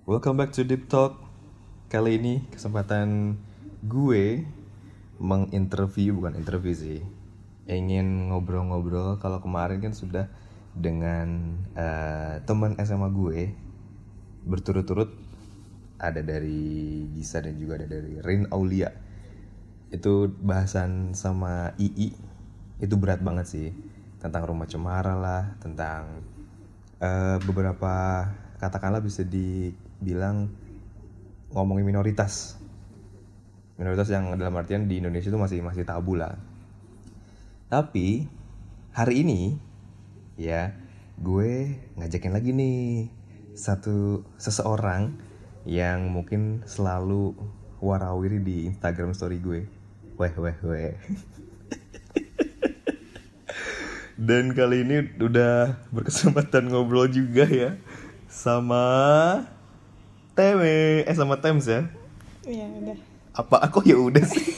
Welcome back to Deep Talk. Kali ini kesempatan gue bukan interview sih, ingin ngobrol-ngobrol. Kalau kemarin kan sudah dengan teman SMA gue berturut-turut, ada dari Gisa dan juga ada dari Rin Aulia. Itu bahasan sama II, itu berat banget sih, tentang rumah cemara lah, tentang beberapa katakanlah bisa dibilang ngomongin minoritas yang dalam artian di Indonesia itu masih tabu lah. Tapi hari ini ya gue ngajakin lagi nih seseorang yang mungkin selalu warawiri di Instagram story gue. Weh. Dan kali ini udah berkesempatan ngobrol juga ya sama sama Tems ya. Iya udah. Apa aku ya udah sih.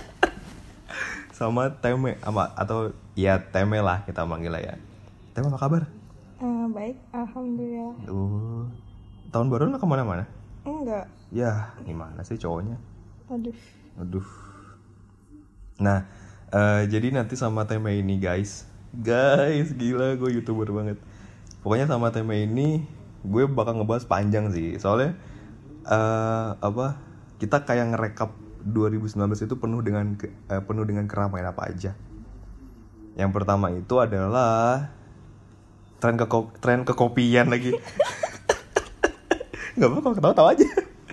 Sama Teme atau ya Teme lah kita manggil lah ya. Teme apa kabar? Baik, alhamdulillah. Tahun baru lo kemana-mana? Enggak. Ya gimana sih cowoknya? Aduh. Nah jadi nanti sama Teme ini guys gila gue YouTuber banget. Pokoknya sama Teme ini gue bakal ngebahas panjang sih. Soalnya kita kayak ngerekap 2019 itu penuh dengan keramaian apa aja. Yang pertama itu adalah tren kekopian lagi. Nggak apa-apa kalau ketawa-tawa aja.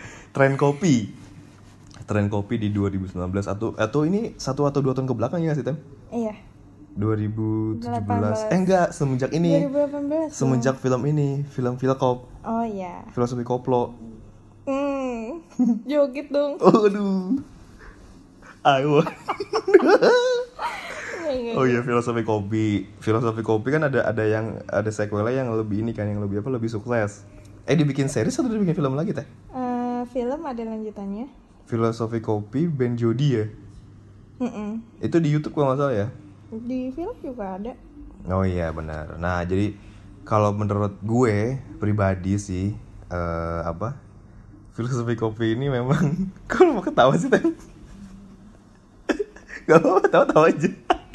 Tren kopi di 2019 atau ini 1 atau 2 tahun ke belakang ya sih Tem? Iya. 2017. 18. Enggak, semenjak ini. 2018. Semenjak film Filkop. Oh iya. Filosofi Koplo. Joget dong. Aduh. Ayo. Enggak. Oh iya, Filosofi Kopi kan ada sequelnya yang lebih ini kan, yang lebih sukses. Dibikin series atau dibikin film lagi teh? Film ada lanjutannya. Filosofi Kopi Ben Jody ya. Itu di YouTube kalau nggak salah ya. Di film juga ada. Oh iya benar. Nah jadi kalau menurut gue pribadi sih Filosofi Kopi ini memang kalau mau ketawa sih Tem. Gak apa-apa, tawa aja.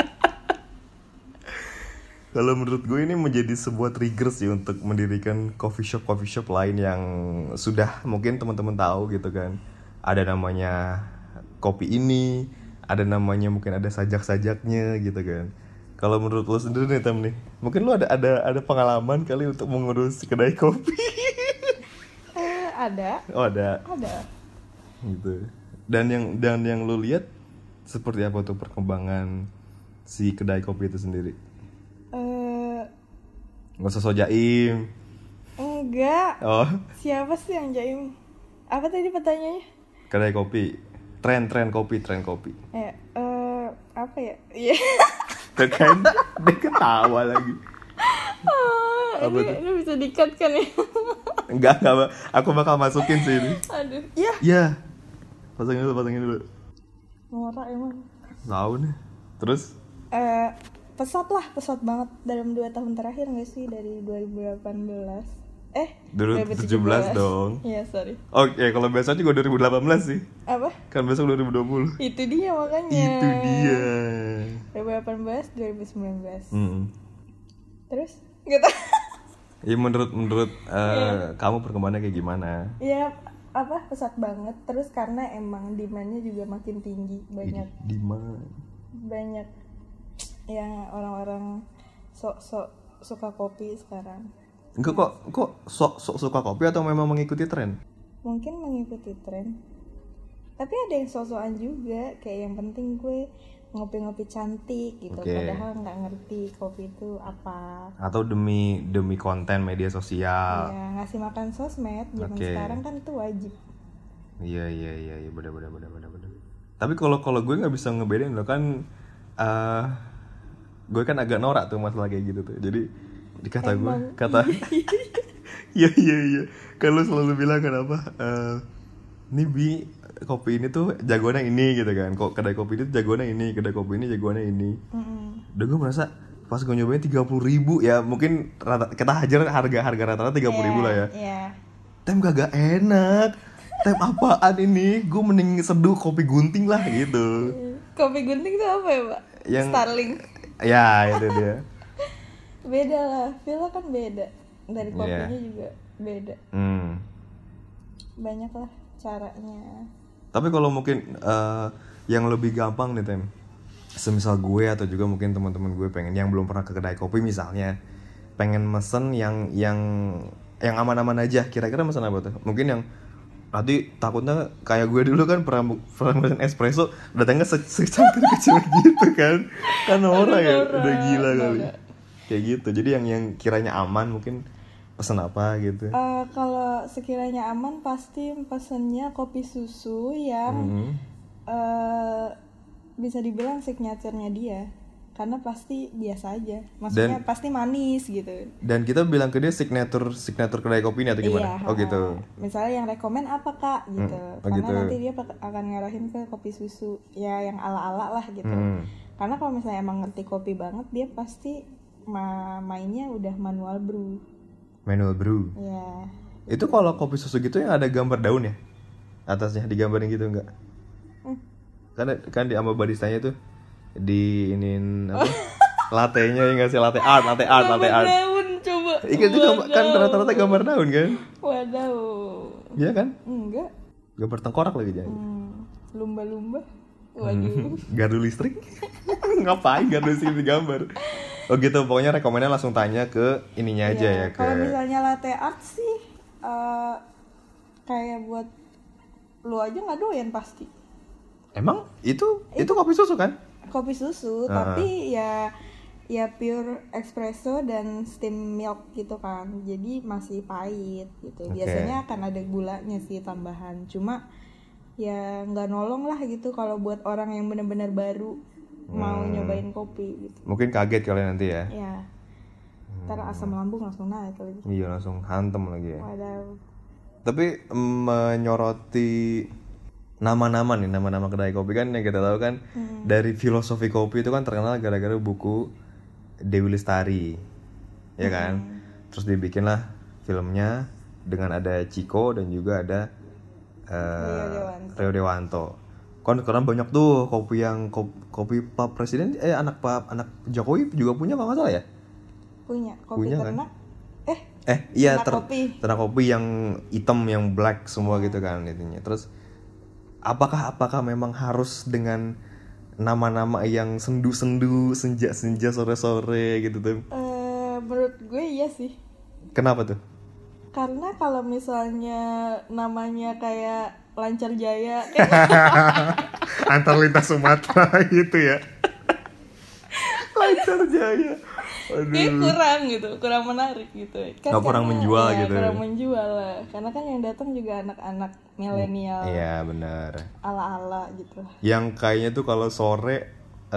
Kalau menurut gue ini menjadi sebuah trigger sih untuk mendirikan coffee shop lain yang sudah mungkin teman-teman tahu gitu kan. Ada namanya kopi ini, ada namanya mungkin ada sajak-sajaknya gitu kan. Kalau menurut lo sendiri nih Tem nih, mungkin lo ada pengalaman kali untuk mengurus kedai kopi? Ada. Oh ada. Ada. Gitu. Dan yang lo lihat seperti apa tuh perkembangan si kedai kopi itu sendiri? Nggak usah so jaim. Enggak. Oh. Siapa sih yang jaim? Apa tadi pertanyaannya? Kedai kopi. Tren kopi. Apa ya? Iya. Kan dia ketawa lagi. Ini bisa di-cut kan ya? Enggak. Aku bakal masukin sih ini. Aduh. Ya. Iya. Pasangin dulu. Norak emang. Tahu nih. Terus? Pesat banget dalam 2 tahun terakhir nggak sih, dari 2018 2017 dong. Iya sorry. Oke, kalau biasa juga 2018 sih. Apa? Kan besok 2020. Itu dia makanya. Itu dia. 2018 2019. Terus? Gitu. Ya menurut kamu perkembangannya kayak gimana? Ya pesat banget. Terus karena emang demand-nya juga makin tinggi, banyak yang orang-orang sok suka kopi sekarang. Enggak kok sok suka kopi atau memang mengikuti tren? Mungkin mengikuti tren. Tapi ada yang sok-sokan juga, kayak yang penting gue ngopi-ngopi cantik gitu. Okay. Padahal nggak ngerti kopi itu apa. Atau demi konten media sosial. Iya, ngasih makan sosmed zaman sekarang kan itu wajib. Iya, benar. Tapi kalau gue nggak bisa ngebedain loh kan. Gue kan agak norak tuh masalah kayak gitu tuh. Jadi dikata gue iya kalau selalu bilang kan apa nih kopi ini tuh jagoannya ini gitu kan. Kok kedai kopi ini jagoannya ini, kedai kopi ini jagoannya ini. Udah gue merasa pas gue nyobain 30.000 ya, mungkin kita hajar harga rata-rata 30.000 lah ya. Tem kagak enak. Tem apaan ini? Gue mending seduh kopi gunting lah gitu. Kopi gunting itu apa ya, Pak? Yang Starling. Ya itu dia. Beda lah, feel kan beda. Dari kopinya juga beda. Banyak lah caranya. Tapi kalau mungkin yang lebih gampang nih Tem, semisal gue atau juga mungkin teman-teman gue pengen yang belum pernah ke kedai kopi misalnya, pengen mesen yang aman-aman aja, kira-kira mesen apa tuh? Mungkin yang nanti takutnya kayak gue dulu kan pernah mesen espresso datangnya secangkir kecil gitu kan orang ya udah gila kali kayak gitu. Jadi yang kiranya aman mungkin pesen apa gitu? Kalau sekiranya aman pasti pesennya kopi susu yang bisa dibilang signature-nya dia. Karena pasti biasa aja, maksudnya pasti manis gitu. Dan kita bilang ke dia signature kedai kopi ini atau gimana? Iya, gitu. Misalnya yang rekomen apa kak gitu, karena gitu. nanti dia akan ngarahin ke kopi susu ya yang ala-ala lah gitu. Karena kalau misalnya emang ngerti kopi banget, dia pasti mainnya udah manual brew. Manual brew. Iya. Itu kalau kopi susu gitu yang ada gambar daun ya? Atasnya digambarin gitu enggak? Kan di sama baristanya tuh di iniin apa? Latte-nya ya enggak sih, latte art. Daun coba. Itu kan rata-rata gambar daun kan? Wadaw. Iya kan? Enggak. Gambar tengkorak lagi jangan. Lumba-lumba. Waduh. Gardu listrik. Ngapain gardu listrik digambar? Oh gitu, pokoknya rekomennya langsung tanya ke ininya aja ya. Kalau misalnya latte art sih kayak buat lu aja nggak doyan pasti. Emang itu kopi susu kan? Kopi susu, tapi ya pure espresso dan steam milk gitu kan. Jadi masih pahit gitu. Biasanya akan ada gulanya sih tambahan. Cuma ya nggak nolong lah gitu kalau buat orang yang benar-benar baru mau nyobain kopi gitu. Mungkin kaget kalian nanti ya. Iya. Ntar asam lambung langsung naik lagi. Iya, langsung hantem lagi ya. Waduh. Tapi menyoroti nama-nama kedai kopi kan yang kita tahu kan dari filosofi kopi itu kan terkenal gara-gara buku Dewi Lestari. Ya kan? Terus dibikinlah filmnya dengan ada Chico dan juga ada Rio Dewanto. Kan karena banyak tuh kopi yang kopi Pak Presiden anak Jokowi juga punya kalau nggak salah ya? Punya ternak. Kan? Iya ternak kopi yang hitam yang black semua gitu kan intinya. Terus apakah memang harus dengan nama-nama yang sendu-sendu senja sore-sore gitu tuh? Menurut gue iya sih. Kenapa tuh? Karena kalau misalnya namanya kayak Lancar Jaya antar lintas Sumatera gitu ya. Lancar Jaya. Kayak kurang menarik gitu. Kan kurang menjual gitu. Kurang menjual lah. Karena kan yang datang juga anak-anak milenial. Iya benar. Ala-ala gitu. Yang kayaknya tuh kalau sore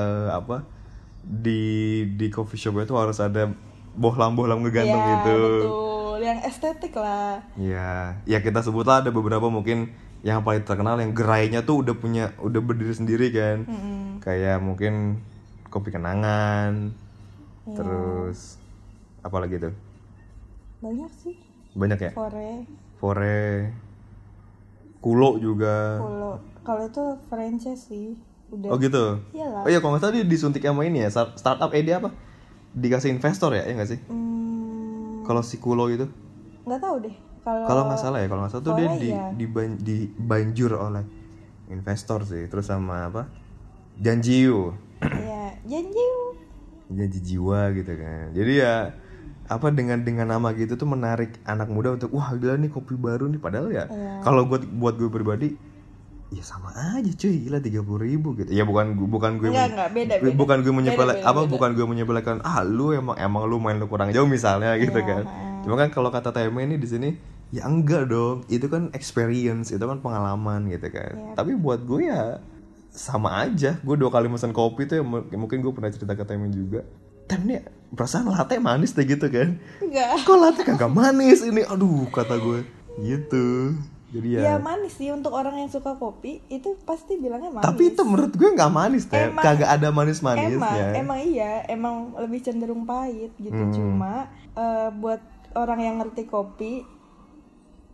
di coffee shop itu harus ada bohlam ngegantung gitu. Iya betul. Yang estetik lah. Iya. Ya kita sebutlah ada beberapa mungkin yang paling terkenal yang gerainya tuh udah berdiri sendiri kan. Kayak mungkin kopi kenangan. Terus apa lagi tuh? Banyak sih. Banyak ya? Fore. Kulo juga. Kalau itu franchise sih. Udah. Oh gitu? Iyalah. Oh iya kalau nggak salah dia disuntik sama ini ya. Startup dia apa? Dikasih investor ya nggak sih? Kalau si Kulo itu? Nggak tahu deh. Kalau nggak salah tuh dia dibanjur oleh investor sih. Terus sama apa? Janjiu. Iya, Janjiu. Janji jiwa gitu kan. Jadi ya dengan nama gitu tuh menarik anak muda untuk wah gila nih kopi baru nih. Padahal ya kalau buat gue pribadi ya sama aja cuy, gila 30.000 gitu. Ya bukan gue beda. Bukan gue menyepelekan lu emang lu main lu kurang jauh misalnya gitu kan. Cuma kan kalau kata Teme ini di sini ya enggak dong, itu kan experience, itu kan pengalaman gitu kan. Tapi buat gue ya sama aja. Gue 2 kali mesen kopi tuh ya, mungkin gue pernah cerita ke Teme juga. Tem nih perasaan latte manis deh gitu kan. Enggak. Kok latte kagak manis ini? Aduh kata gue gitu. Jadi ya manis sih untuk orang yang suka kopi itu pasti bilangnya manis. Tapi itu menurut gue nggak manis deh. Kagak ada manis-manisnya. Emang lebih cenderung pahit gitu. Cuma buat orang yang ngerti kopi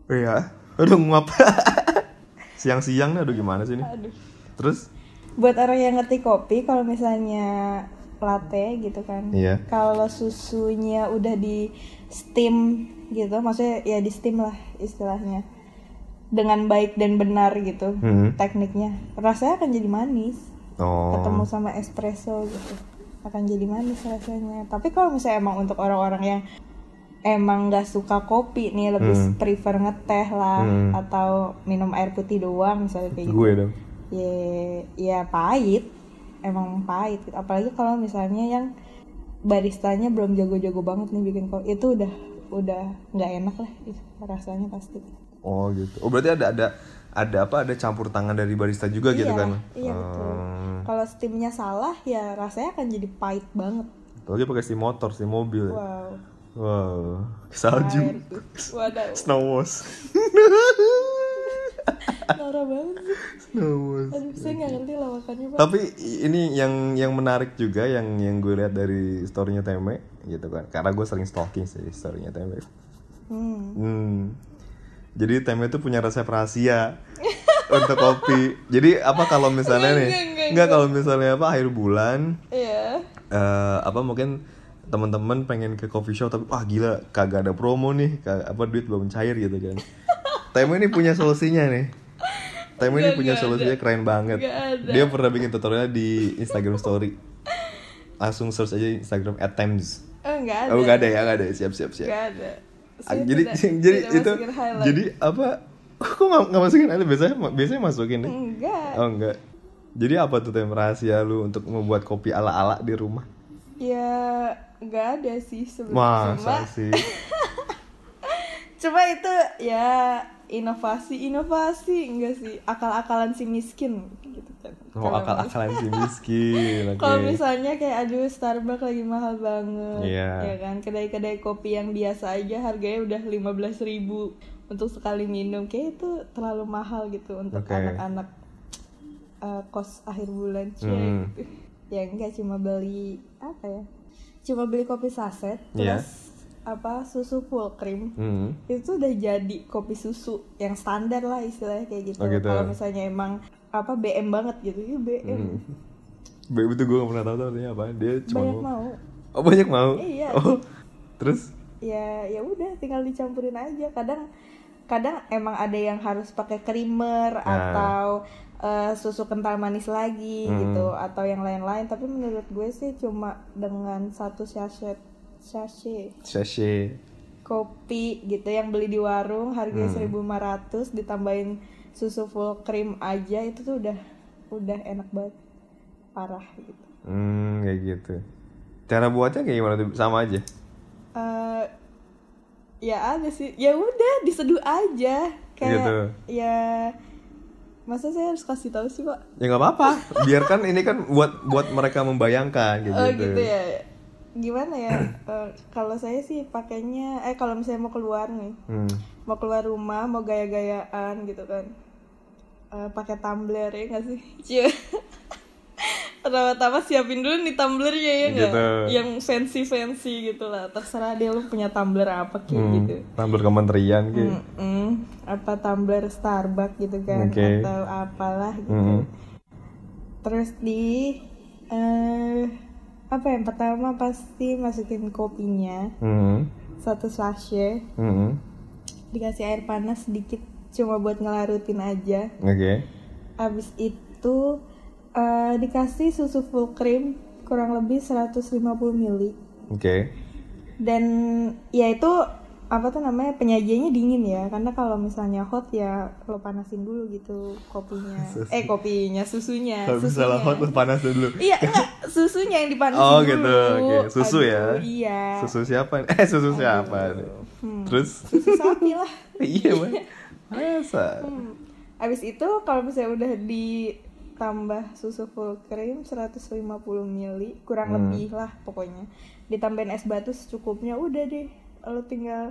Iya. Aduh nguap. Siang-siang nih, aduh gimana sih ini? Aduh. Terus? Buat orang yang ngerti kopi, kalau misalnya latte gitu kan, Iya. kalau susunya udah di steam gitu, maksudnya ya di steam lah istilahnya, dengan baik dan benar gitu tekniknya, rasanya akan jadi manis. Ketemu sama espresso gitu, akan jadi manis rasanya. Tapi kalau misalnya emang untuk orang-orang yang emang nggak suka kopi nih, lebih prefer ngeteh lah atau minum air putih doang misalnya kayak gitu. Gue dong. Ya pahit, emang pahit gitu. Apalagi kalau misalnya yang baristanya belum jago-jago banget nih bikin kopi, itu udah nggak enak lah itu rasanya pasti. Oh gitu. Oh berarti ada campur tangan dari barista juga gitu kan? Iya betul. Kalau steamnya salah ya rasanya akan jadi pahit banget. Apalagi pakai steam motor, steam mobil. Wow. Salju. Waduh. Snow wash. Norak banget sih. Snow wash. Aduh, saya nggak ngerti lawakannya Pak. Tapi ini yang menarik juga yang gue lihat dari story-nya Teme gitu kan. Karena gue sering stalking sih story-nya Teme. Jadi Teme itu punya resep rahasia untuk kopi. Jadi apa kalau misalnya enggak kalau misalnya apa akhir bulan, mungkin teman-teman pengen ke coffee shop tapi gila kagak ada promo nih, duit belum cair gitu kan. Teme ini punya solusinya nih. Teme ini punya solusinya keren banget. Dia pernah bikin tutorial di Instagram Story. Langsung search aja Instagram @tems. Enggak ada. Enggak ada ya, enggak ada. Siap. Enggak ada. Jadi apa? Kok nggak masukin highlight? Biasanya masukin deh. Enggak. Oh enggak. Jadi apa tuh tem rahasia lu untuk membuat kopi ala-ala di rumah? Ya enggak ada sih sebenarnya. Masa sih? Cuma itu ya inovasi enggak sih, akal-akalan si miskin gitu kan. Akal-akalan si miskin. Okay. Kalau misalnya kayak Starbucks lagi mahal banget, ya kan, kedai-kedai kopi yang biasa aja harganya udah 15.000 untuk sekali minum, kayak itu terlalu mahal gitu untuk anak-anak kos akhir bulan gitu. Ya enggak, cuma beli kopi saset terus susu full cream. Itu udah jadi kopi susu yang standar lah istilahnya kayak gitu. Kalau misalnya emang BM banget gitu, ya BM. BM itu gue gak pernah tahu artinya apa. Dia cuma banyak mau. Oh banyak mau? Iya. Oh terus? Ya udah tinggal dicampurin aja. Kadang emang ada yang harus pakai creamer atau susu kental manis lagi gitu atau yang lain-lain. Tapi menurut gue sih cuma dengan satu sachet kopi gitu yang beli di warung harganya 1.500 ditambahin susu full cream aja, itu tuh udah enak banget, parah gitu. Kayak gitu. Cara buatnya kayak gimana tuh? Sama aja? Ya ada sih, ya udah diseduh aja kayak gitu. Ya masa saya harus kasih tahu sih Pak? Ya nggak apa-apa, biarkan ini kan buat mereka membayangkan gitu. Oh gitu ya. Gimana ya, kalau saya sih pakainya kalau misalnya mau keluar nih, mau keluar rumah, mau gaya-gayaan gitu kan, pakai tumbler ya nggak sih? Pertama-tama siapin dulu nih tumblernya ya nggak, gitu. Yang fancy gitu lah, terserah deh lu punya tumbler apa kayak gitu. Tumbler kementerian gitu. Apa tumbler Starbucks gitu kan, atau apalah gitu. Terus yang pertama pasti masukin kopinya, satu sachet, dikasih air panas sedikit cuma buat ngelarutin aja. Abis itu dikasih susu full cream kurang lebih 150 ml. Dan ya itu penyajiannya dingin ya, karena kalau misalnya hot ya lo panasin dulu gitu susunya. Kalau misalnya hot lo panasin dulu. Iya, enggak, susunya yang dipanasin dulu. Oh gitu, susu. Aduh, ya. Iya. Susu siapa? Susu siapa? Terus? Susu sapi lah. Iya, Bang. Masa. Abis itu kalau misalnya udah ditambah susu full cream 150 ml kurang lebih lah pokoknya. Ditambahin es batu secukupnya, udah deh. Lo tinggal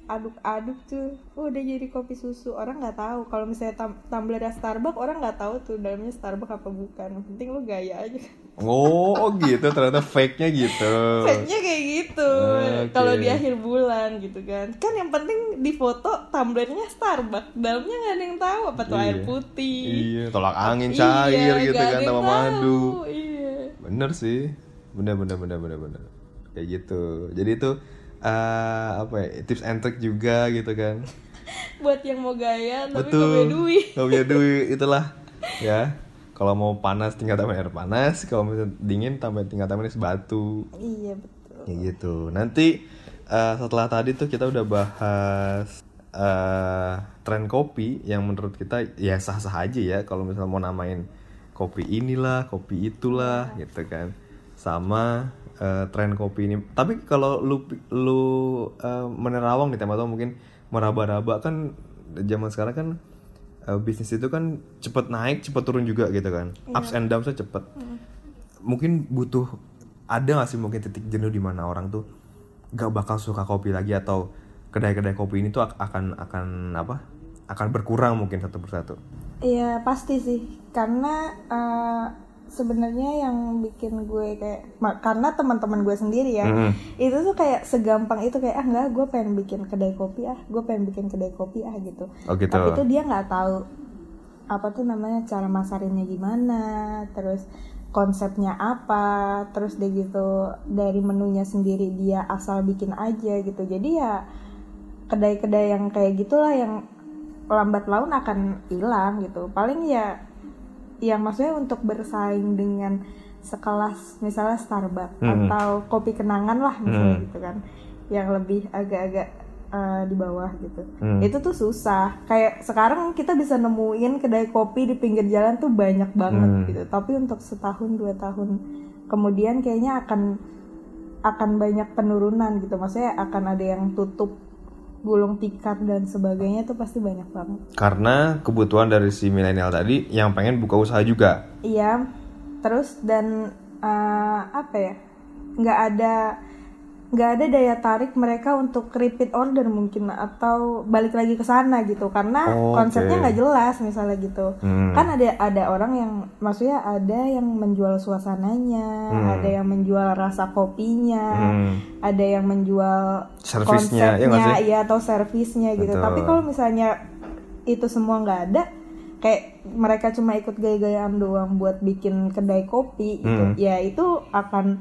aduk-aduk tuh udah jadi kopi susu. Orang nggak tahu kalau misalnya tumblernya Starbucks, orang nggak tahu tuh dalamnya Starbucks apa bukan. Yang penting lu gaya aja. Oh gitu, ternyata fake-nya gitu. Fake-nya kayak gitu. Okay. Kalau di akhir bulan gitu kan yang penting di foto tumblernya Starbucks, dalamnya nggak ada yang tahu apa tuh air putih. Iya, tolak angin cair gitu kan sama madu. Iya. Bener sih, bener kayak gitu. Jadi itu apa ya, tips and trick juga gitu kan. Buat yang mau gaya tapi Betul, gak punya duit itulah ya. Kalau mau panas tinggal tambahin air panas, kalau mau dingin tinggal tambahin es batu. Iya betul. Kayak gitu. Nanti setelah tadi tuh kita udah bahas tren kopi yang menurut kita ya sah-sah aja ya kalau misalnya mau namain kopi inilah, kopi itulah gitu kan. Sama tren kopi ini. Tapi kalau lu menerawang nih atau mungkin meraba-raba kan zaman sekarang kan bisnis itu kan cepet naik, cepet turun juga gitu kan. Ups and downs-nya cepet. Mungkin butuh ada nggak sih mungkin titik jenuh di mana orang tuh gak bakal suka kopi lagi atau kedai-kedai kopi ini tuh akan berkurang mungkin satu persatu. Iya pasti sih karena sebenarnya yang bikin gue kayak karena teman-teman gue sendiri ya itu tuh kayak segampang itu kayak enggak gue pengen bikin kedai kopi gitu. Oh, gitu. Tapi tuh dia nggak tahu apa tuh namanya cara masarinnya gimana, terus konsepnya apa, terus deh gitu dari menunya sendiri dia asal bikin aja gitu. Jadi ya kedai-kedai yang kayak gitulah yang lambat laun akan hilang gitu. Paling ya yang maksudnya untuk bersaing dengan sekelas misalnya Starbucks atau kopi kenangan lah misalnya gitu kan, yang lebih agak-agak di bawah gitu. Itu tuh susah. Kayak sekarang kita bisa nemuin kedai kopi di pinggir jalan tuh banyak banget gitu. Tapi untuk setahun 2 tahun kemudian kayaknya akan banyak penurunan gitu. Maksudnya akan ada yang tutup, gulung tikar dan sebagainya tuh pasti banyak banget. Karena kebutuhan dari si milenial tadi yang pengen buka usaha juga. Iya. Terus dan apa ya? Nggak ada daya tarik mereka untuk repeat order mungkin atau balik lagi ke sana gitu karena konsepnya nggak jelas misalnya gitu. Kan ada orang yang maksudnya ada yang menjual suasananya, ada yang menjual rasa kopinya, ada yang menjual servisnya, konsepnya ya atau servisnya gitu. Tapi kalau misalnya itu semua nggak ada, kayak mereka cuma ikut gaya-gayaan doang buat bikin kedai kopi gitu, ya itu akan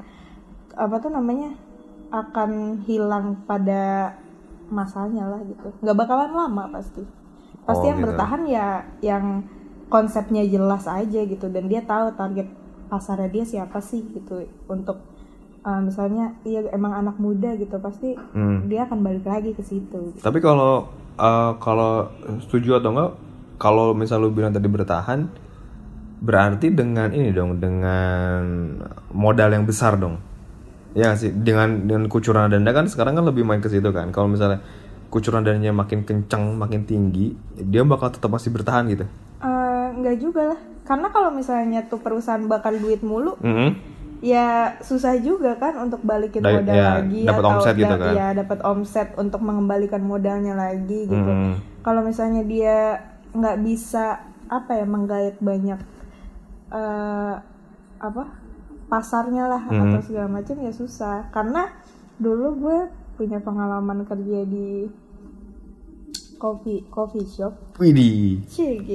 akan hilang pada masanya lah gitu. Nggak bakalan lama pasti yang gitu. Bertahan ya yang konsepnya jelas aja gitu dan dia tahu target pasarnya dia siapa sih gitu. Untuk misalnya iya emang anak muda gitu pasti dia akan balik lagi ke situ gitu. Tapi kalau setuju atau enggak, kalau misal lu bilang tadi bertahan berarti dengan ini dong, dengan modal yang besar dong. Ya sih, dengan kucuran dana kan sekarang kan lebih main ke situ kan. Kalau misalnya kucuran dananya makin kencang, makin tinggi, dia bakal tetap masih bertahan gitu. Enggak juga lah. Karena kalau misalnya tuh perusahaan bakal duit mulu, ya susah juga kan untuk balikin modal lagi dapat omset gitu kan. Ya dapat omset untuk mengembalikan modalnya lagi gitu. Kalau misalnya dia nggak bisa menggait banyak pasarnya lah atau segala macam ya susah. Karena dulu gue punya pengalaman kerja di coffee shop. Widih. Gitu.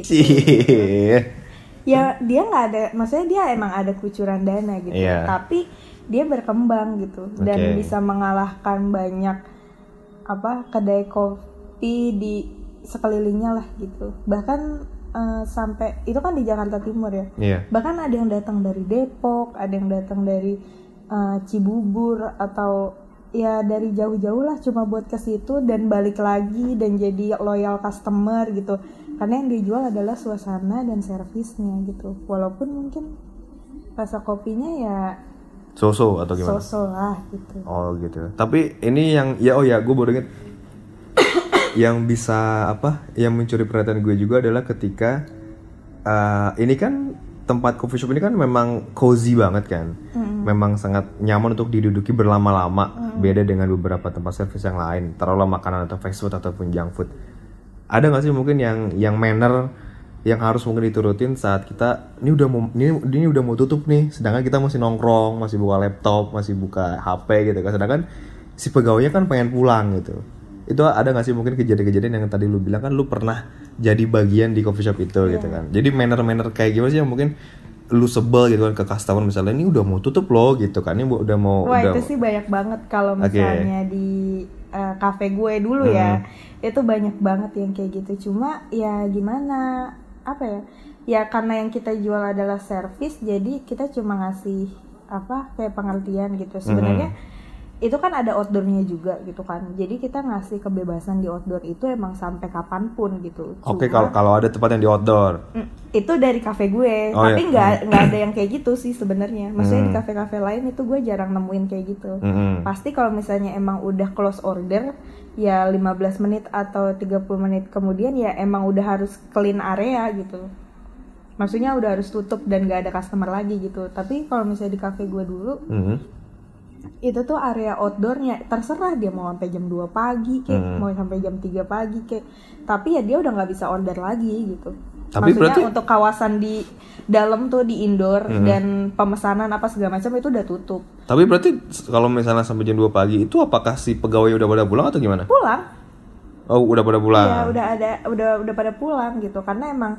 Ya dia nggak ada, maksudnya dia emang ada kucuran dana gitu, tapi dia berkembang gitu dan bisa mengalahkan banyak kedai kopi di sekelilingnya lah gitu. Bahkan sampai itu kan di Jakarta Timur ya. Bahkan ada yang datang dari Depok, ada yang datang dari Cibubur atau ya dari jauh-jauh lah cuma buat ke situ dan balik lagi dan jadi loyal customer gitu. Karena yang dijual adalah suasana dan servisnya gitu. Walaupun mungkin rasa kopinya ya so-so atau gimana? So-so lah gitu. Oh gitu. Tapi ini yang gue baru inget yang bisa yang mencuri perhatian gue juga adalah ketika ini kan tempat coffee shop ini kan memang cozy banget kan. memang sangat nyaman untuk diduduki berlama-lama. Beda dengan beberapa tempat servis yang lain, taruhlah makanan atau fast food ataupun junk food. Ada nggak sih mungkin yang manner yang harus mungkin diturutin saat kita ini udah mau tutup nih, sedangkan kita masih nongkrong, masih buka laptop, masih buka HP gitu kan, sedangkan si pegawainya kan pengen pulang gitu. Itu ada nggak sih mungkin kejadian-kejadian yang tadi lu bilang kan lu pernah jadi bagian di coffee shop itu gitu kan. Jadi manner kayak gimana sih yang mungkin lu sebel gitu kan ke customer, misalnya ini udah mau tutup loh gitu kan, ini udah mau. Wah itu sih banyak banget kalau misalnya di cafe gue dulu ya, itu banyak banget yang kayak gitu. Cuma ya gimana, apa ya karena yang kita jual adalah service, jadi kita cuma ngasih kayak pengertian gitu. Sebenarnya itu kan ada outdoornya juga gitu kan, jadi kita ngasih kebebasan di outdoor itu emang sampai kapanpun gitu. Oke, kalau ada tempat yang di outdoor itu dari kafe gue, tapi nggak ada yang kayak gitu sih sebenarnya. Maksudnya di kafe-kafe lain itu gue jarang nemuin kayak gitu. Pasti kalau misalnya emang udah close order ya 15 menit atau 30 menit kemudian ya emang udah harus clean area gitu. Maksudnya udah harus tutup dan nggak ada customer lagi gitu. Tapi kalau misalnya di kafe gue dulu itu tuh area outdoornya terserah dia mau sampai jam 2 pagi kayak mau sampai jam 3 pagi kayak, tapi ya dia udah nggak bisa order lagi gitu. Tapi maksudnya berarti untuk kawasan di dalam tuh di indoor dan pemesanan apa segala macam itu udah tutup. Tapi berarti kalau misalnya sampai jam 2 pagi itu apakah si pegawai udah pada pulang atau gimana? Pulang. Oh, udah pada pulang. Iya, udah pada pulang gitu, karena emang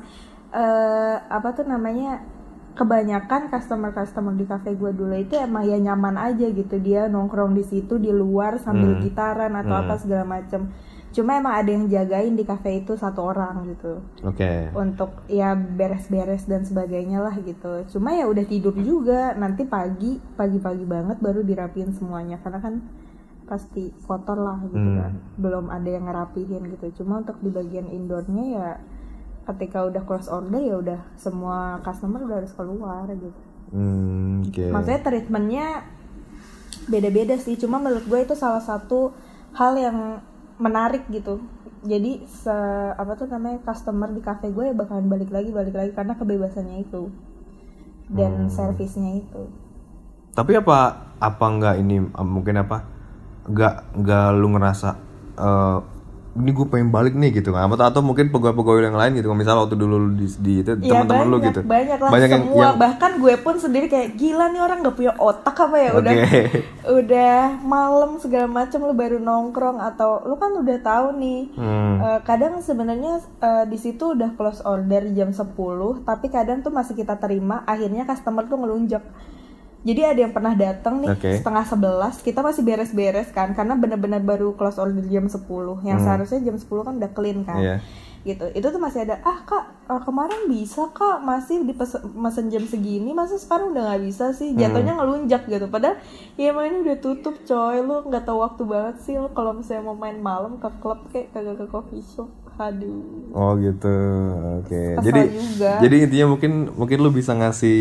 kebanyakan customer di kafe gue dulu itu emang ya nyaman aja gitu, dia nongkrong di situ di luar sambil gitaran atau apa segala macem. Cuma emang ada yang jagain di kafe itu satu orang gitu. Oke. Untuk ya beres-beres dan sebagainya lah gitu. Cuma ya udah tidur juga, nanti pagi banget baru dirapiin semuanya karena kan pasti kotor lah gitu kan. Belum ada yang ngerapihin gitu. Cuma untuk di bagian indoornya ya ketika udah close order ya udah semua customer udah harus keluar gitu. Okay. Maksudnya treatmentnya beda-beda sih. Cuma menurut gue itu salah satu hal yang menarik gitu. Jadi customer di cafe gue ya bakalan balik lagi karena kebebasannya itu dan servisnya itu. Tapi apa enggak ini mungkin enggak lu ngerasa ini gue pengen balik nih gitu kan, atau mungkin pegawai-pegawai yang lain gitu, misalnya waktu dulu di itu ya, teman-teman lu gitu banyak lah semua yang... bahkan gue pun sendiri kayak gila nih orang nggak punya otak apa ya. Udah malam segala macam lu baru nongkrong, atau lu kan udah tahu nih kadang sebenarnya di situ udah close order jam 10 tapi kadang tuh masih kita terima, akhirnya customer tuh ngelunjak. Jadi ada yang pernah datang nih setengah 11, kita masih beres-beres kan, karena benar-benar baru close order jam 10, yang seharusnya jam 10 kan udah clean kan, gitu. Itu tuh masih ada, kak kemarin bisa kak, masih mesen jam segini, masa sekarang udah nggak bisa sih, jatuhnya ngelunjak gitu. Padahal ya emang udah tutup coy, lu nggak tahu waktu banget sih lu kalau misalnya mau main malam ke klub kayak kagak ke coffee shop. Aduh. Oh gitu, oke. Jadi intinya mungkin lu bisa ngasih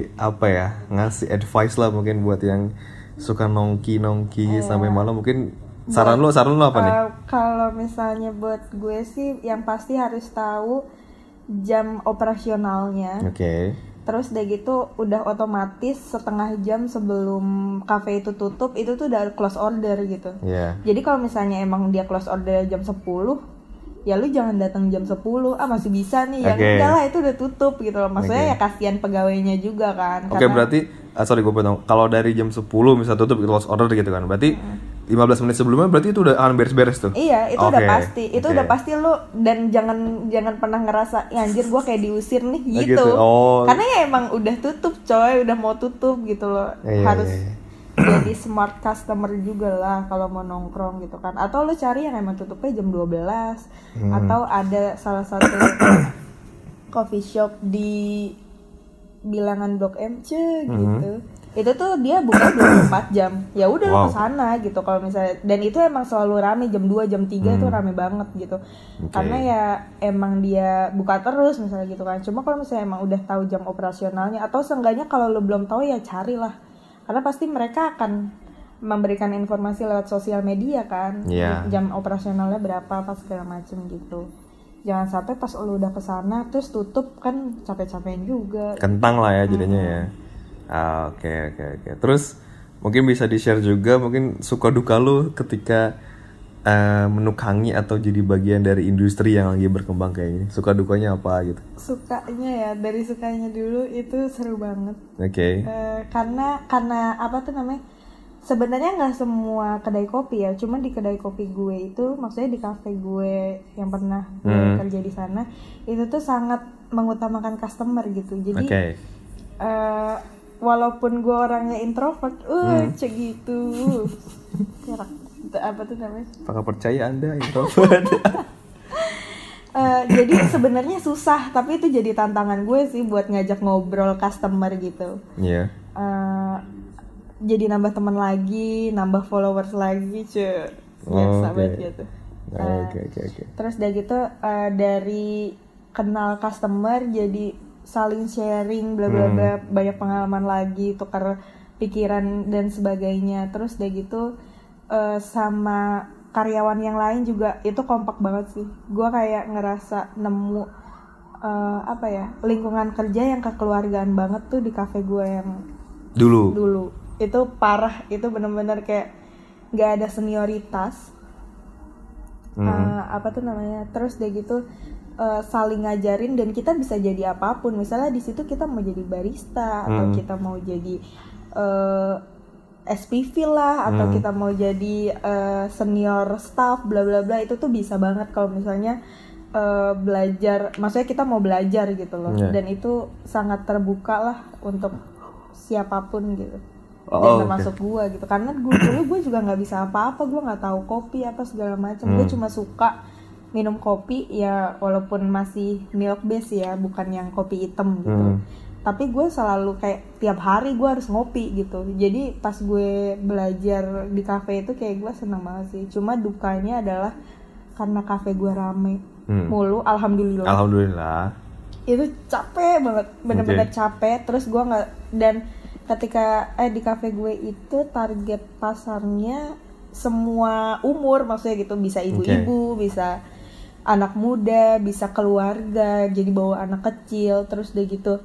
ngasih advice lah mungkin buat yang suka nongki sampai malam. Mungkin saran lu apa nih? Kalau misalnya buat gue sih, yang pasti harus tahu jam operasionalnya. Terus udah gitu udah otomatis setengah jam sebelum cafe itu tutup itu tuh udah close order gitu. Jadi kalau misalnya emang dia close order jam 10, ya lu jangan datang jam 10, masih bisa nih, ya enggak lah itu udah tutup gitu loh. Maksudnya ya kasihan pegawainya juga kan. Berarti sorry gue potong, kalau dari jam 10 bisa tutup close order gitu kan, berarti 15 menit sebelumnya berarti itu udah beres-beres tuh. Iya, itu udah pasti. Itu udah pasti lu, dan jangan pernah ngerasa ya anjir gue kayak diusir nih gitu. Karena ya emang udah tutup coy, udah mau tutup gitu loh. Harus jadi smart customer juga lah kalau mau nongkrong gitu kan. Atau lu cari yang emang tutupnya jam 12 atau ada salah satu coffee shop di bilangan Blok M gitu. Itu tuh dia buka 24 jam. Ya udah lu kesana gitu kalau misalnya, dan itu emang selalu rame jam 2 jam 3 itu rame banget gitu. Karena ya emang dia buka terus misalnya gitu kan. Cuma kalau misalnya emang udah tahu jam operasionalnya, atau seenggaknya kalau lu belum tahu ya carilah. Karena pasti mereka akan memberikan informasi lewat sosial media kan, jam operasionalnya berapa, apa segala macem gitu. Jangan sampai pas lu udah kesana terus tutup kan, capek-capekin juga. Kentang lah ya jadinya ya. Oke. Terus mungkin bisa di-share juga mungkin suka duka lu ketika menukangi atau jadi bagian dari industri yang lagi berkembang kayak gini. Suka dukanya apa gitu? Sukanya ya, dari sukanya dulu itu seru banget. Oke. Karena apa tuh namanya? Sebenarnya nggak semua kedai kopi ya, cuma di kedai kopi gue itu, maksudnya di kafe gue yang pernah gue kerja di sana, itu tuh sangat mengutamakan customer gitu. Jadi walaupun gue orangnya introvert, cek gitu, apa tuh namanya? Apakah percaya Anda introvert? Jadi sebenarnya susah, tapi itu jadi tantangan gue sih buat ngajak ngobrol customer gitu. Iya. Jadi nambah teman lagi, nambah followers lagi, biasa banget gitu. Oke. Terus udah gitu dari kenal customer jadi saling sharing, bla bla bla, banyak pengalaman lagi, tukar pikiran dan sebagainya. Terus udah gitu sama karyawan yang lain juga itu kompak banget sih. Gue kayak ngerasa nemu lingkungan kerja yang kekeluargaan banget tuh di kafe gue yang dulu. Itu parah, itu bener-bener kayak nggak ada senioritas. Terus udah gitu saling ngajarin dan kita bisa jadi apapun. Misalnya di situ kita mau jadi barista atau kita mau jadi SPV lah atau kita mau jadi senior staff bla bla bla, itu tuh bisa banget kalau misalnya belajar, maksudnya kita mau belajar gitu loh. Dan itu sangat terbuka lah untuk siapapun gitu. Dan termasuk gue gitu, karena dulu gue juga nggak bisa apa-apa, gue nggak tahu kopi apa segala macam. Gue cuma suka minum kopi ya, walaupun masih milk base ya, bukan yang kopi hitam gitu. Tapi gue selalu kayak tiap hari gue harus ngopi gitu. Jadi pas gue belajar di kafe itu kayak gue seneng banget sih. Cuma dukanya adalah karena kafe gue rame mulu, alhamdulillah. Itu capek banget, bener-bener capek. Terus gue nggak, dan ketika di kafe gue itu target pasarnya semua umur, maksudnya gitu, bisa ibu-ibu, bisa anak muda, bisa keluarga, jadi bawa anak kecil. Terus udah gitu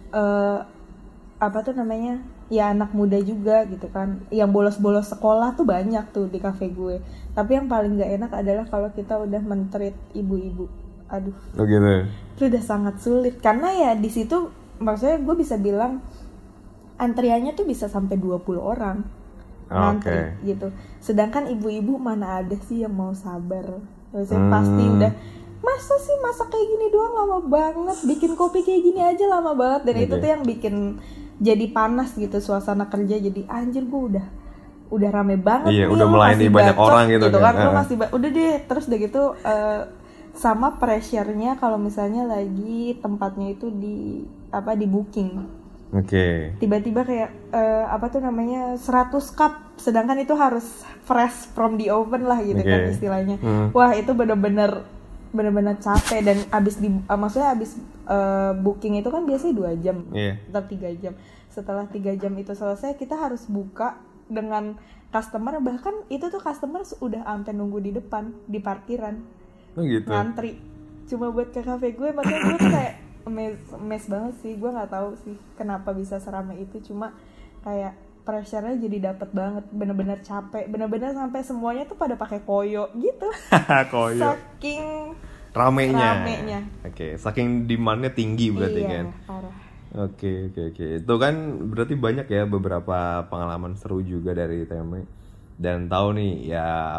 ya anak muda juga gitu kan, yang bolos-bolos sekolah tuh banyak tuh di kafe gue. Tapi yang paling gak enak adalah kalau kita udah men-treat ibu-ibu. Aduh, gitu. Itu udah sangat sulit, karena ya di situ maksudnya gue bisa bilang antriannya tuh bisa sampai 20 orang ngantri gitu. Sedangkan ibu-ibu mana ada sih yang mau sabar. Maksudnya pasti udah, masa sih masak kayak gini doang lama banget, bikin kopi kayak gini aja lama banget. Dan itu tuh yang bikin jadi panas gitu suasana kerja. Jadi anjir, gue udah rame banget nih, udah melayani banyak orang gitu kan. Lo masih udah deh. Terus udah gitu sama pressure-nya kalau misalnya lagi tempatnya itu di booking. Tiba-tiba kayak 100 cup, sedangkan itu harus fresh from the oven lah gitu kan istilahnya. Wah, itu bener-bener capek. Dan abis booking itu kan biasanya 2 jam atau 3 jam. Setelah 3 jam itu selesai, kita harus buka dengan customer. Bahkan itu tuh customer udah sampai nunggu di depan di parkiran, ngantri cuma buat ke kafe gue. Makanya gue tuh kayak mes banget sih. Gue nggak tahu sih kenapa bisa seramai itu, cuma kayak pressure-nya jadi dapet banget, bener-bener capek, bener-bener sampai semuanya tuh pada pakai koyo gitu. Koyo. Saking ramenya. Saking demand-nya tinggi berarti kan. Parah. Oke. Itu kan berarti banyak ya beberapa pengalaman seru juga dari Teme. Dan tahu nih ya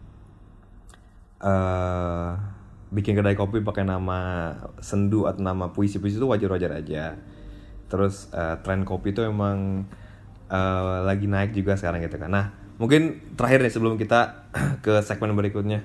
bikin kedai kopi pakai nama sendu atau nama puisi-puisi itu wajar-wajar aja. Terus tren kopi itu emang lagi naik juga sekarang gitu kan. Nah, mungkin terakhir nih sebelum kita ke segmen berikutnya,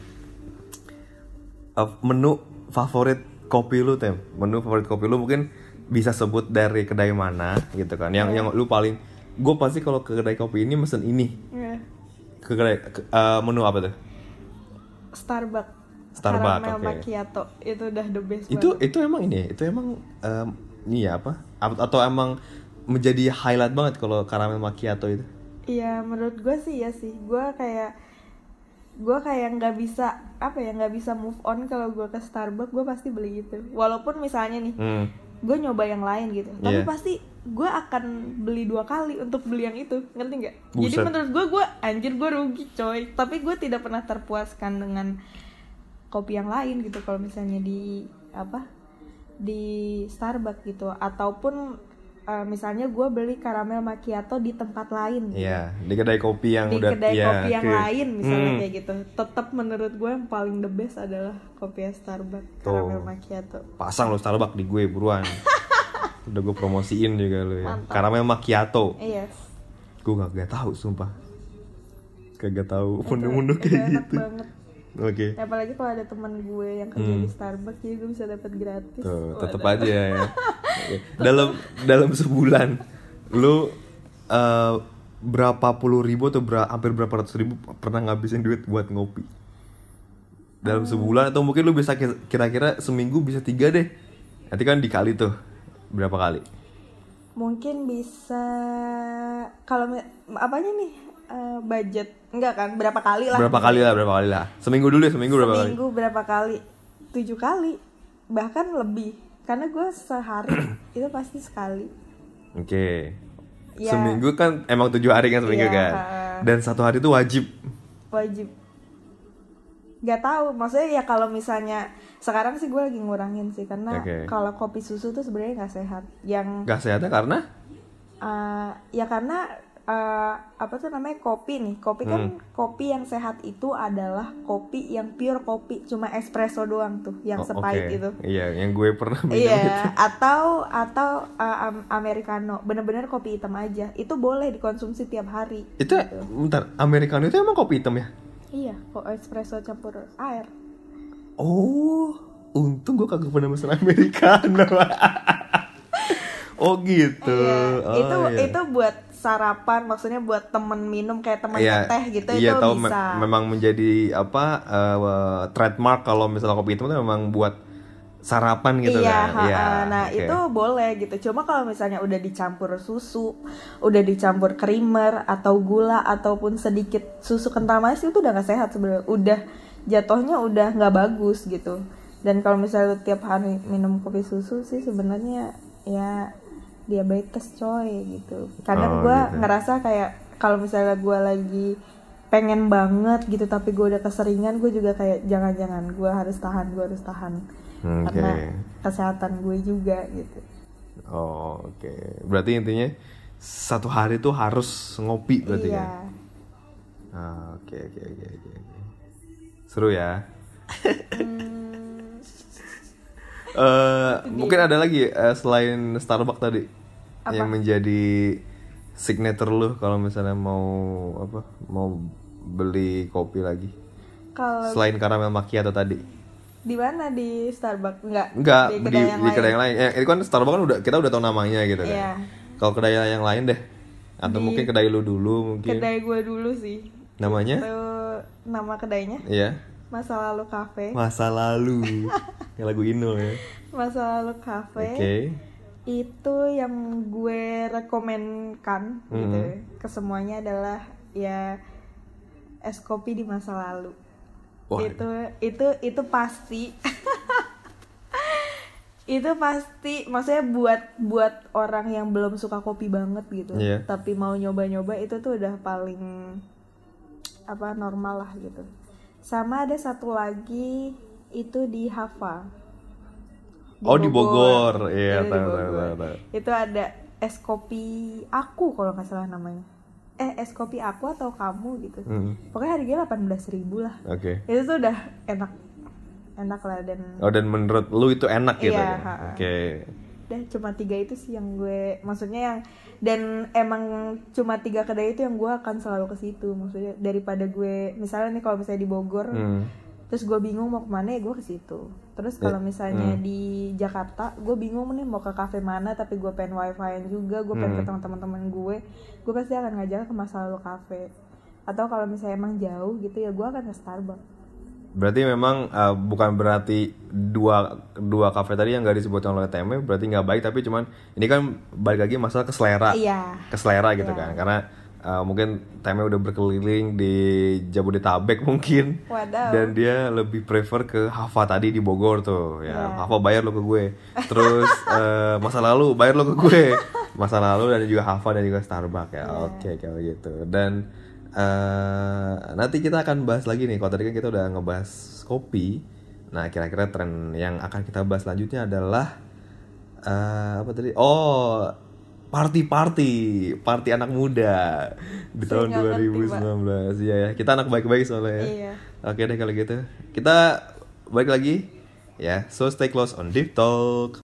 menu favorit kopi lu, Tem. Menu favorit kopi lu mungkin bisa sebut dari kedai mana gitu kan. Yang lu paling, gue pasti kalau ke kedai kopi ini mesen ini. Ke kedai menu apa tuh? Starbucks, caramel macchiato, itu udah the best banget. Itu emang atau emang menjadi highlight banget kalau caramel macchiato itu? Iya, menurut gue sih ya sih. Gue kayak nggak bisa move on kalau gue ke Starbucks. Gue pasti beli itu, walaupun misalnya nih gue nyoba yang lain gitu, tapi pasti gue akan beli 2 kali untuk beli yang itu, ngerti nggak? Jadi Buset. menurut gue anjir gue rugi coy. Tapi gue tidak pernah terpuaskan dengan kopi yang lain gitu kalau misalnya di Starbucks gitu, ataupun misalnya gue beli caramel macchiato di tempat lain gitu. Iya, di kedai kopi yang Di udah kedai kopi yang oke. lain misalnya kayak gitu. Tetap menurut gue yang paling the best adalah kopi Starbucks caramel macchiato. Pasang lo Starbucks di gue buruan. Udah gue promosiin juga lo ya. Caramel macchiato. Yes. Gue gak tahu sumpah. Kagak tahu menu-menu Itu kayak enak gitu. banget. Oke. Apalagi kalau ada teman gue yang kerja di Starbucks, jadi gue bisa dapat gratis. Tuh, tetep aja ya. Oke. Dalam sebulan lu berapa puluh ribu atau hampir berapa ratus ribu pernah ngabisin duit buat ngopi? Dalam sebulan atau mungkin lu bisa kira-kira seminggu bisa 3 deh. Nanti kan dikali tuh berapa kali? Mungkin bisa kalau apanya nih budget enggak kan berapa kali lah? Berapa kali lah? Seminggu dulu ya, seminggu berapa kali? Seminggu berapa kali? 7 kali, bahkan lebih. Karena gue sehari itu pasti sekali. Oke. Ya. Seminggu kan emang 7 hari kan seminggu Iya, kan. Dan 1 hari itu wajib. Gak tahu, maksudnya ya kalau misalnya sekarang sih gue lagi ngurangin sih karena kalau kopi susu tuh sebenarnya nggak sehat. Nggak sehatnya karena? Ya karena apa tuh namanya kopi nih. Kopi kan kopi yang sehat itu adalah kopi yang pure kopi, cuma espresso doang tuh yang sepahit itu. Iya, yang gue pernah minum Iya, itu. atau americano, bener-bener kopi hitam aja. Itu boleh dikonsumsi tiap hari. Itu gitu. bentar, americano itu emang kopi hitam ya? Iya, kok espresso campur air. Oh, untung gue kagak pernah pesen americano. Oh gitu. Iya. Itu buat sarapan, maksudnya buat temen minum kayak temen teh gitu. Iya, itu tahu bisa. memang menjadi trademark kalau misalnya kopi hitam itu memang buat sarapan gitu iya, kan. Iya. Nah okay. itu boleh gitu. Cuma kalau misalnya udah dicampur susu, udah dicampur creamer atau gula ataupun sedikit susu kental manis itu udah nggak sehat sebenarnya. Udah jatuhnya udah nggak bagus gitu. Dan kalau misalnya lu tiap hari minum kopi susu sih sebenarnya ya diabetes coy gitu. Kadang gue gitu. ngerasa kayak kalau misalnya gue lagi pengen banget gitu tapi gue udah keseringan, gue juga kayak jangan-jangan gue harus tahan karena kesehatan gue juga gitu. Oh oke. Berarti intinya 1 hari tuh harus ngopi berarti iya. kan? Oke. Seru ya. Mungkin ada lagi selain Starbucks tadi. Apa? Yang menjadi signature lu kalau misalnya mau beli kopi lagi. Selain caramel macchiato tadi. Di mana, di Starbucks? Enggak, di kedai yang lain. Itu kan Starbucks kan kita udah tahu namanya gitu kan. Iya. Kalau kedai yang lain deh. Atau mungkin kedai lu dulu mungkin. Kedai gue dulu sih. Namanya? Itu nama kedainya? Iya. Masa Lalu Cafe. Masa Lalu. Kayak lagu Inul ya. Masa Lalu Cafe. Oke. Itu yang gue rekomenkan gitu ke semuanya adalah ya es kopi di masa lalu. Wah. Itu pasti. Itu pasti, maksudnya buat orang yang belum suka kopi banget gitu, tapi mau nyoba-nyoba itu tuh udah paling normal lah gitu. Sama ada satu lagi itu di Hava. Di Bogor. Iya, tahu. Itu ada es kopi aku kalau nggak salah namanya. Es kopi aku atau kamu gitu. Pokoknya harganya 18.000 lah. Oke. Itu tuh udah enak lah dan. Dan menurut lu itu enak gitu ya? Oke. Udah cuma 3 itu sih yang gue, maksudnya yang, dan emang cuma 3 kedai itu yang gue akan selalu ke situ. Maksudnya daripada gue misalnya nih kalau misalnya di Bogor, terus gue bingung mau kemana ya gue ke situ. Terus kalau misalnya di Jakarta, gue bingung nih mau ke kafe mana, tapi gue pengen wifi-an juga, gue pengen ketemu teman-teman gue pasti akan ngajak ke Masa Lalu Cafe. Atau kalau misalnya emang jauh gitu ya gue akan ke Starbucks. Berarti memang bukan berarti dua kafe tadi yang gak disebutkan oleh Teme berarti nggak baik, tapi cuman ini kan balik lagi masalah ke selera, gitu kan, karena mungkin Teme udah berkeliling di Jabodetabek mungkin. Wadaw. Dan dia lebih prefer ke Hava tadi di Bogor tuh ya. Hava bayar lo ke gue, terus Masa Lalu bayar lo ke gue masa lalu dan juga Hava dan juga Starbucks ya. Yeah. Oke, kalau gitu. Dan nanti kita akan bahas lagi nih. Kalau tadi kan kita udah ngebahas kopi. Nah, kira-kira tren yang akan kita bahas selanjutnya adalah apa tadi? Oh, party anak muda di Saya tahun nggak ngerti, 2019. Iya ya, kita anak baik-baik soalnya ya. Iya. Oke deh kalau gitu. Kita balik lagi ya. So stay close on Deep Talk.